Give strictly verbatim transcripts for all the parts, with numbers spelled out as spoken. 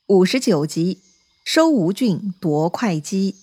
五十九集，收吴郡夺会稽。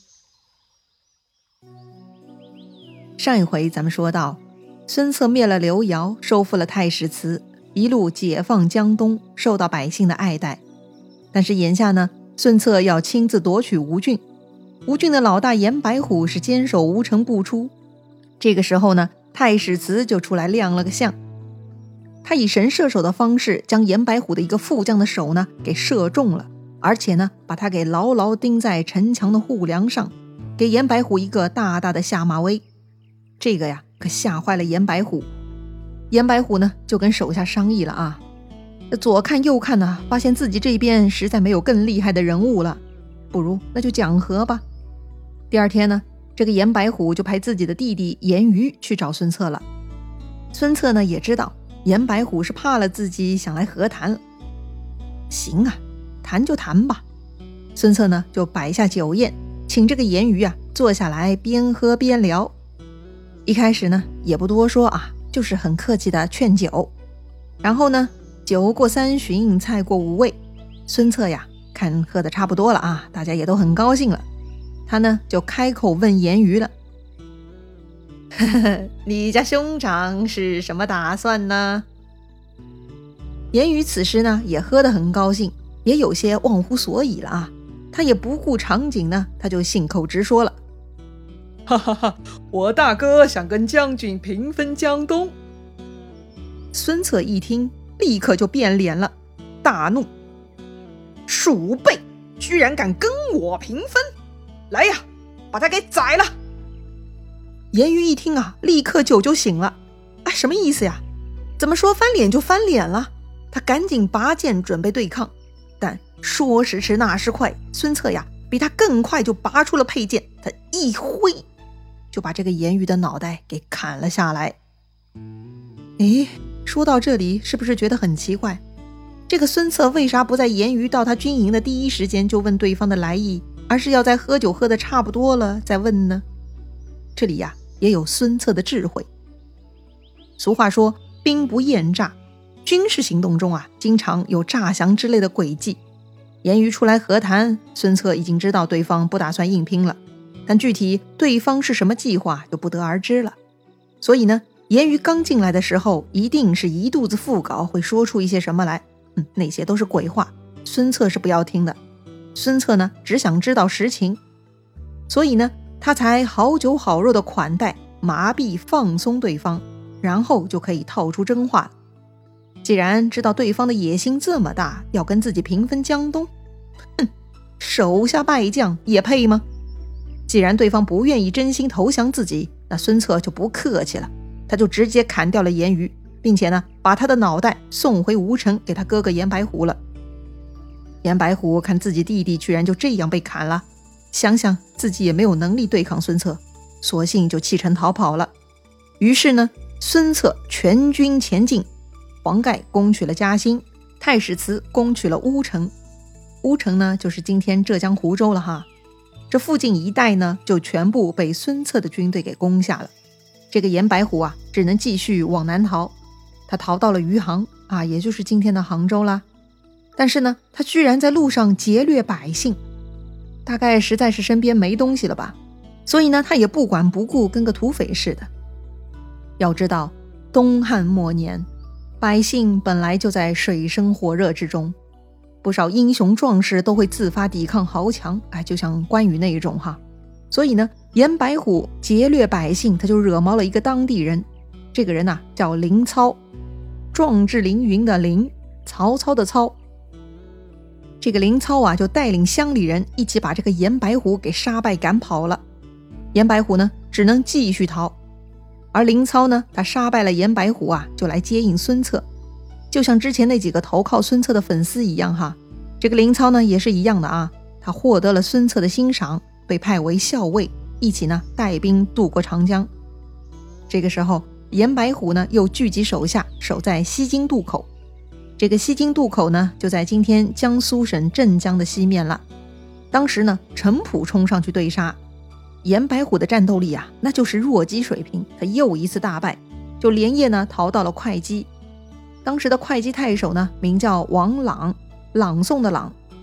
上一回咱们说到，孙策灭了刘繇，收复了太史慈，一路解放江东，受到百姓的爱戴。但是眼下呢，孙策要亲自夺取吴郡，吴郡的老大严白虎是坚守吴城不出。这个时候呢，太史慈就出来亮了个相，他以神射手的方式将严白虎的一个副将的手呢给射中了，而且呢把他给牢牢钉在城墙的护梁上，给严白虎一个大大的下马威。这个呀可吓坏了严白虎。严白虎呢就跟手下商议了啊，左看右看呢，发现自己这边实在没有更厉害的人物了，不如那就讲和吧。第二天呢，这个严白虎就派自己的弟弟严虞去找孙策了。孙策呢也知道严白虎是怕了自己，想来和谈了。行啊，谈就谈吧。孙策呢就摆下酒宴，请这个严虞啊坐下来边喝边聊。一开始呢也不多说啊，就是很客气的劝酒。然后呢酒过三巡，菜过五味，孙策呀看喝的差不多了啊，大家也都很高兴了。他呢就开口问严虞了，呵呵，你家兄长是什么打算呢？严虞此时呢也喝得很高兴，也有些忘乎所以了啊。他也不顾场景呢，他就信口直说了， 哈哈哈，我大哥想跟将军平分江东。 孙策一听立刻就变脸了，大怒，鼠辈居然敢跟我平分，来呀，把他给宰了。严虞一听啊，立刻酒就醒了。啊，什么意思呀？怎么说翻脸就翻脸了？他赶紧拔剑准备对抗，但说时迟那时快，孙策呀比他更快就拔出了佩剑，他一挥就把这个严虞的脑袋给砍了下来。诶，说到这里是不是觉得很奇怪？这个孙策为啥不在严虞到他军营的第一时间就问对方的来意，而是要在喝酒喝得差不多了再问呢？这里呀也有孙策的智慧。俗话说兵不厌诈，军事行动中啊经常有诈降之类的诡计。严虞出来和谈，孙策已经知道对方不打算硬拼了，但具体对方是什么计划就不得而知了。所以呢，严虞刚进来的时候一定是一肚子腹稿，会说出一些什么来，嗯，那些都是鬼话，孙策是不要听的。孙策呢只想知道实情，所以呢他才好酒好肉的款待麻痹放松对方，然后就可以套出真话了。既然知道对方的野心这么大，要跟自己平分江东，哼，手下败将也配吗？既然对方不愿意真心投降自己，那孙策就不客气了，他就直接砍掉了严虞，并且呢把他的脑袋送回吴城给他哥哥严白虎了。严白虎看自己弟弟居然就这样被砍了，想想自己也没有能力对抗孙策，索性就弃城逃跑了。于是呢，孙策全军前进，黄盖攻取了嘉兴，太史慈攻取了乌城。乌城呢就是今天浙江湖州了哈。这附近一带呢就全部被孙策的军队给攻下了。这个严白虎啊只能继续往南逃，他逃到了余杭啊，也就是今天的杭州啦。但是呢他居然在路上劫掠百姓，大概实在是身边没东西了吧，所以呢他也不管不顾，跟个土匪似的。要知道东汉末年，百姓本来就在水深火热之中，不少英雄壮士都会自发抵抗豪强，哎，就像关羽那一种哈。所以呢严白虎劫掠百姓，他就惹毛了一个当地人，这个人呐、啊、叫凌操，壮志凌云的凌，曹操的操。这个凌操啊就带领乡里人一起把这个严白虎给杀败赶跑了。严白虎呢只能继续逃，而凌操呢他杀败了严白虎啊，就来接应孙策，就像之前那几个投靠孙策的粉丝一样哈。这个凌操呢也是一样的啊，他获得了孙策的欣赏，被派为校尉，一起呢带兵渡过长江。这个时候严白虎呢又聚集手下，守在西津渡口。这个西津渡口呢就在今天江苏省镇江的西面了。当时呢陈普冲上去对杀，严白虎的战斗力啊那就是弱鸡水平，他又一次大败，就连夜呢逃到了会稽。当时的会稽太守呢名叫王朗，朗诵的朗。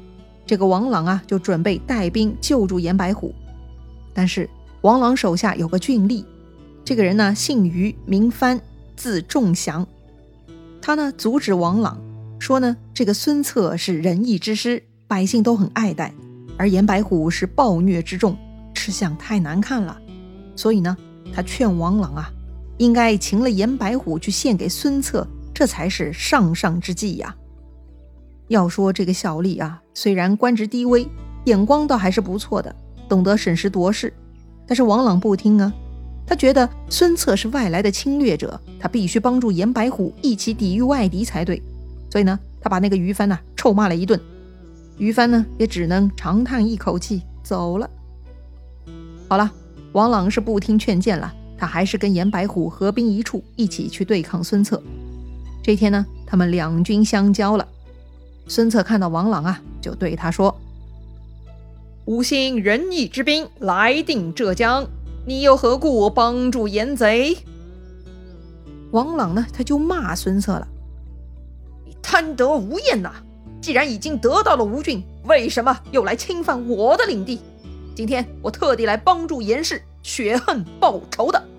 这个王朗啊就准备带兵救助严白虎。但是王朗手下有个郡吏，这个人呢姓于，名藩，字仲祥。他呢阻止王朗，说呢这个孙策是仁义之师，百姓都很爱戴，而严白虎是暴虐之众，吃相太难看了。所以呢他劝王朗啊，应该擒了严白虎去献给孙策，这才是上上之计呀。要说这个小吏啊，虽然官职低微，眼光倒还是不错的，懂得审时度势，但是王朗不听啊，他觉得孙策是外来的侵略者，他必须帮助严白虎一起抵御外敌才对。所以呢他把那个于帆呢臭骂了一顿，于帆呢也只能长叹一口气走了。好了，王朗是不听劝谏了，他还是跟严白虎合兵一处，一起去对抗孙策。这天呢他们两军相交了。孙策看到王朗啊，就对他说： 吾心仁义之兵来定浙江，你又何故帮助严贼？ 王朗呢他就骂孙策了： 你贪得无厌呐！既然已经得到了吴郡，为什么又来侵犯我的领地？今天我特地来帮助严氏雪恨报仇的。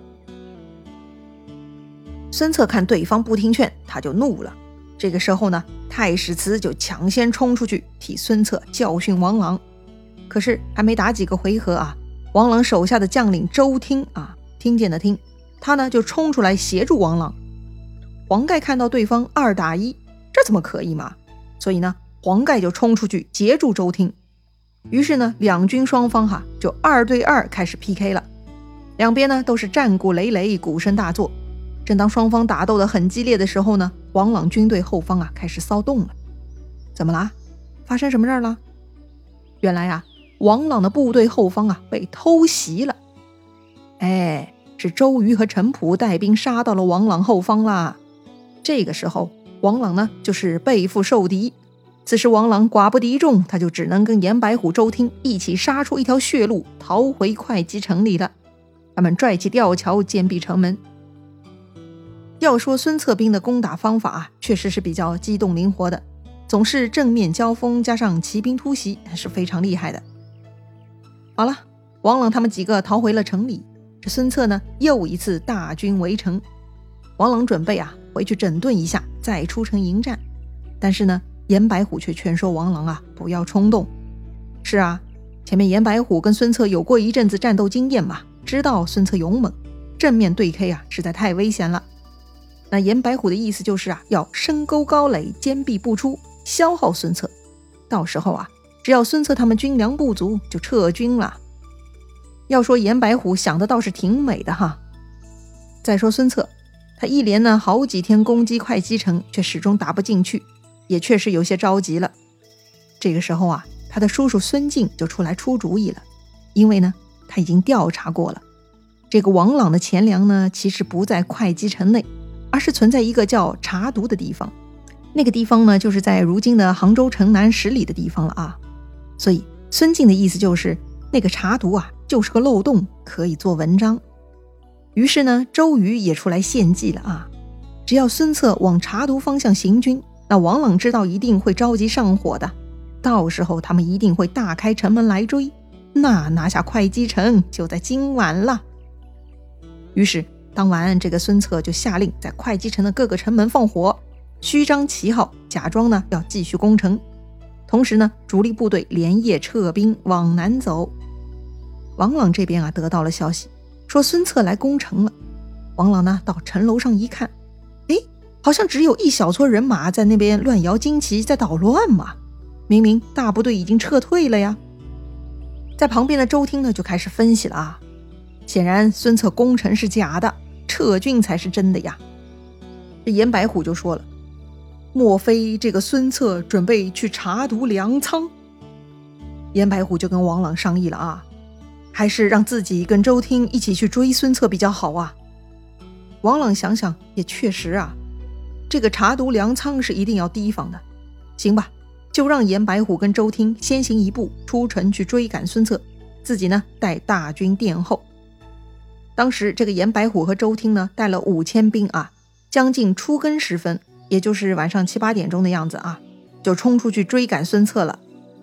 孙策看对方不听劝，他就怒了。这个时候呢，太史慈就抢先冲出去替孙策教训王朗。可是还没打几个回合啊，王朗手下的将领周听啊，听见的听，他呢就冲出来协助王朗。黄盖看到对方二打一，这怎么可以嘛？所以呢，黄盖就冲出去截住周听。于是呢，两军双方哈就二对二开始 P K 了。两边呢都是战鼓累累，鼓声大作。正当双方打斗得很激烈的时候呢，王朗军队后方啊开始骚动了。怎么啦？发生什么事了？原来啊，王朗的部队后方啊被偷袭了。哎，是周瑜和陈普带兵杀到了王朗后方啦。这个时候王朗呢就是背负受敌。此时王朗寡不敌众，他就只能跟严白虎、周听一起杀出一条血路，逃回会稽城里了。他们拽起吊桥坚壁城门。要说孙策兵的攻打方法啊，确实是比较机动灵活的，总是正面交锋加上骑兵突袭，是非常厉害的。好了，王朗他们几个逃回了城里，这孙策呢又一次大军围城。王朗准备啊回去整顿一下，再出城迎战。但是呢，严白虎却劝说王朗啊不要冲动。是啊，前面严白虎跟孙策有过一阵子战斗经验嘛，知道孙策勇猛，正面对 K 啊实在太危险了。那严白虎的意思就是啊，要深沟高垒，坚壁不出，消耗孙策。到时候啊，只要孙策他们军粮不足，就撤军了。要说严白虎想的倒是挺美的哈。再说孙策，他一连呢好几天攻击会稽城，却始终打不进去，也确实有些着急了。这个时候啊，他的叔叔孙敬就出来出主意了，因为呢，他已经调查过了，这个王朗的钱粮呢，其实不在会稽城内，而是存在一个叫茶渎的地方。那个地方呢，就是在如今的杭州城南十里的地方了啊。所以孙敬的意思就是，那个茶渎啊，就是个漏洞，可以做文章。于是呢，周瑜也出来献计了啊。只要孙策往茶渎方向行军，那王朗知道一定会着急上火的，到时候他们一定会大开城门来追，那拿下会稽城就在今晚了。于是当晚，这个孙策就下令在会稽城的各个城门放火，虚张旗号，假装呢要继续攻城。同时呢，主力部队连夜撤兵往南走。王朗这边啊得到了消息，说孙策来攻城了。王朗呢到城楼上一看，诶，好像只有一小撮人马在那边乱摇旌旗，在捣乱嘛。明明大部队已经撤退了呀。在旁边的周听呢就开始分析了啊，显然孙策攻城是假的，撤军才是真的呀。这严白虎就说了，莫非这个孙策准备去茶渎粮仓？严白虎就跟王朗商议了啊，还是让自己跟周听一起去追孙策比较好啊。王朗想想也确实啊，这个茶渎粮仓是一定要提防的。行吧，就让严白虎跟周听先行一步出城去追赶孙策，自己呢带大军殿后。当时这个严白虎和周听呢带了五千兵啊，将近初更时分，也就是晚上七八点钟的样子啊，就冲出去追赶孙策了。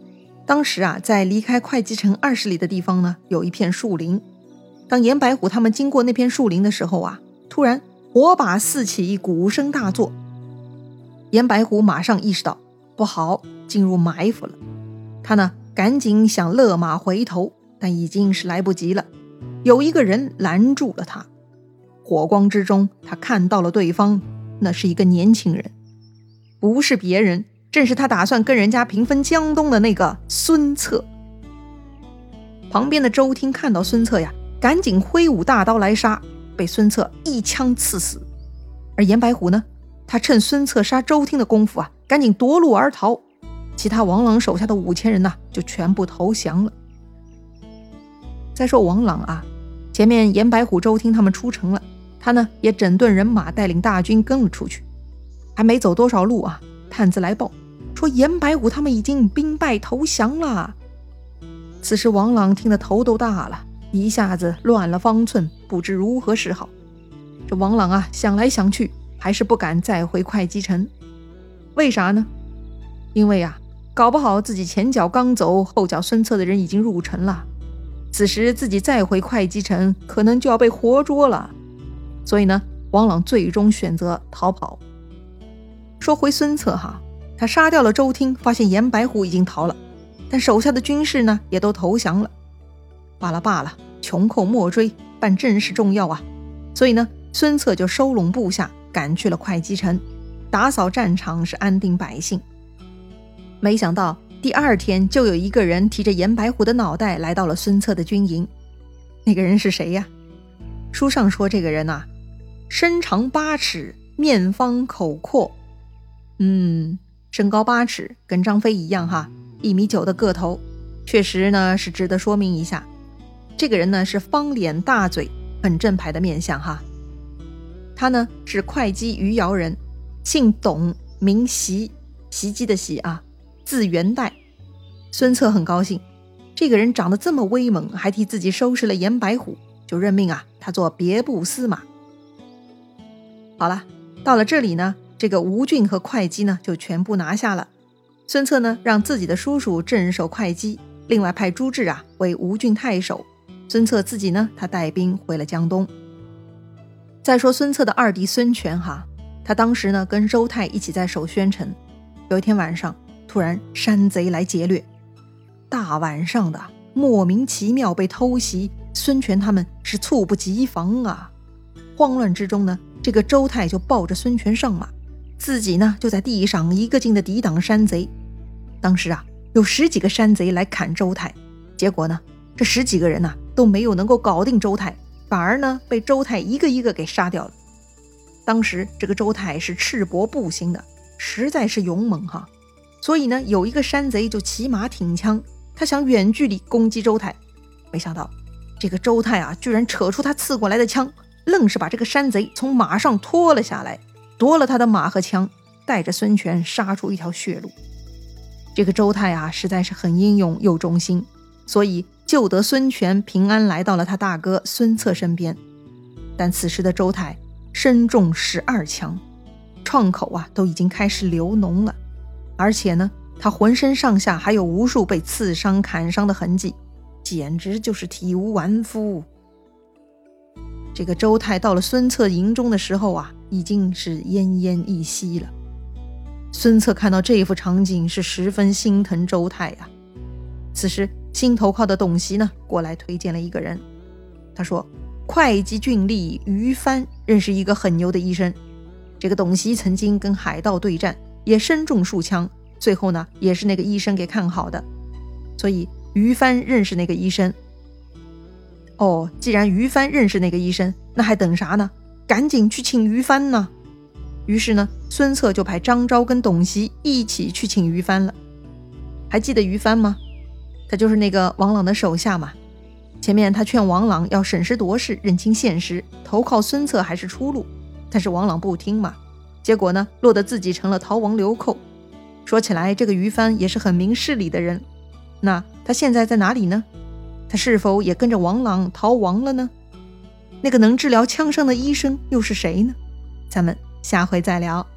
当时啊，在离开会稽城二十里的地方呢，有一片树林。当严白虎他们经过那片树林的时候啊，突然火把四起，鼓声大作。严白虎马上意识到不好，进入埋伏了。他呢，赶紧想勒马回头，但已经是来不及了。有一个人拦住了他。火光之中，他看到了对方，那是一个年轻人，不是别人，正是他打算跟人家平分江东的那个孙策。旁边的周听看到孙策呀，赶紧挥舞大刀来杀，被孙策一枪刺死。而严白虎呢，他趁孙策杀周听的功夫啊，赶紧夺路而逃。其他王朗手下的五千人呢，就全部投降了。再说王朗啊，前面严白虎、周听他们出城了，他呢也整顿人马，带领大军跟了出去。还没走多少路啊，探子来报说严白虎他们已经兵败投降了。此时王朗听得头都大了，一下子乱了方寸，不知如何是好。这王朗啊，想来想去，还是不敢再回会稽城。为啥呢？因为啊，搞不好自己前脚刚走，后脚孙策的人已经入城了。此时自己再回会稽城，可能就要被活捉了。所以呢，王朗最终选择逃跑。说回孙策哈，他杀掉了周听，发现严白虎已经逃了，但手下的军士呢也都投降了。罢了罢了，穷寇莫追，办正事重要啊。所以呢，孙策就收拢部下，赶去了会稽城，打扫战场，是安定百姓。没想到第二天就有一个人提着严白虎的脑袋来到了孙策的军营。那个人是谁呀？书上说这个人啊，身长八尺，面方口阔。嗯，身高八尺，跟张飞一样哈，一米九的个头，确实呢是值得说明一下。这个人呢是方脸大嘴，很正派的面相哈。他呢是会稽余姚人，姓董，名袭，袭击的袭啊，字元代。孙策很高兴，这个人长得这么威猛，还替自己收拾了严白虎，就任命啊他做别部司马。好了，到了这里呢，这个吴郡和会稽呢就全部拿下了。孙策呢让自己的叔叔镇守会稽，另外派朱治啊为吴郡太守。孙策自己呢，他带兵回了江东。再说孙策的二弟孙权哈，他当时呢跟周泰一起在守宣城。有一天晚上，突然山贼来劫掠，大晚上的莫名其妙被偷袭，孙权他们是猝不及防啊。慌乱之中呢，这个周泰就抱着孙权上马，自己呢就在地上一个劲的抵挡山贼。当时啊，有十几个山贼来砍周泰，结果呢，这十几个人呢、啊、都没有能够搞定周泰，反而呢被周泰一个一个给杀掉了。当时这个周泰是赤膊步行的，实在是勇猛哈。所以呢，有一个山贼就骑马挺枪，他想远距离攻击周泰，没想到这个周泰啊，居然扯出他刺过来的枪，愣是把这个山贼从马上拖了下来，夺了他的马和枪，带着孙权杀出一条血路。这个周泰啊，实在是很英勇又忠心，所以救得孙权平安来到了他大哥孙策身边。但此时的周泰身中十二枪，创口啊都已经开始流脓了，而且呢，他浑身上下还有无数被刺伤砍伤的痕迹，简直就是体无完肤。这个周泰到了孙策营中的时候啊，已经是奄奄一息了。孙策看到这幅场景，是十分心疼周泰啊。此时新投靠的董袭呢，过来推荐了一个人。他说会稽郡吏于帆认识一个很牛的医生。这个董袭曾经跟海盗对战，也身中数枪，最后呢也是那个医生给看好的，所以于帆认识那个医生。哦，既然于帆认识那个医生，那还等啥呢？赶紧去请于帆呢。于是呢，孙策就派张昭跟董袭一起去请于帆了。还记得于帆吗？他就是那个王朗的手下嘛。前面他劝王朗要审时度势，认清现实，投靠孙策还是出路，但是王朗不听嘛，结果呢，落得自己成了逃亡流寇。说起来，这个于帆也是很明事理的人，那他现在在哪里呢？他是否也跟着王朗逃亡了呢？那个能治疗枪伤的医生又是谁呢？咱们下回再聊。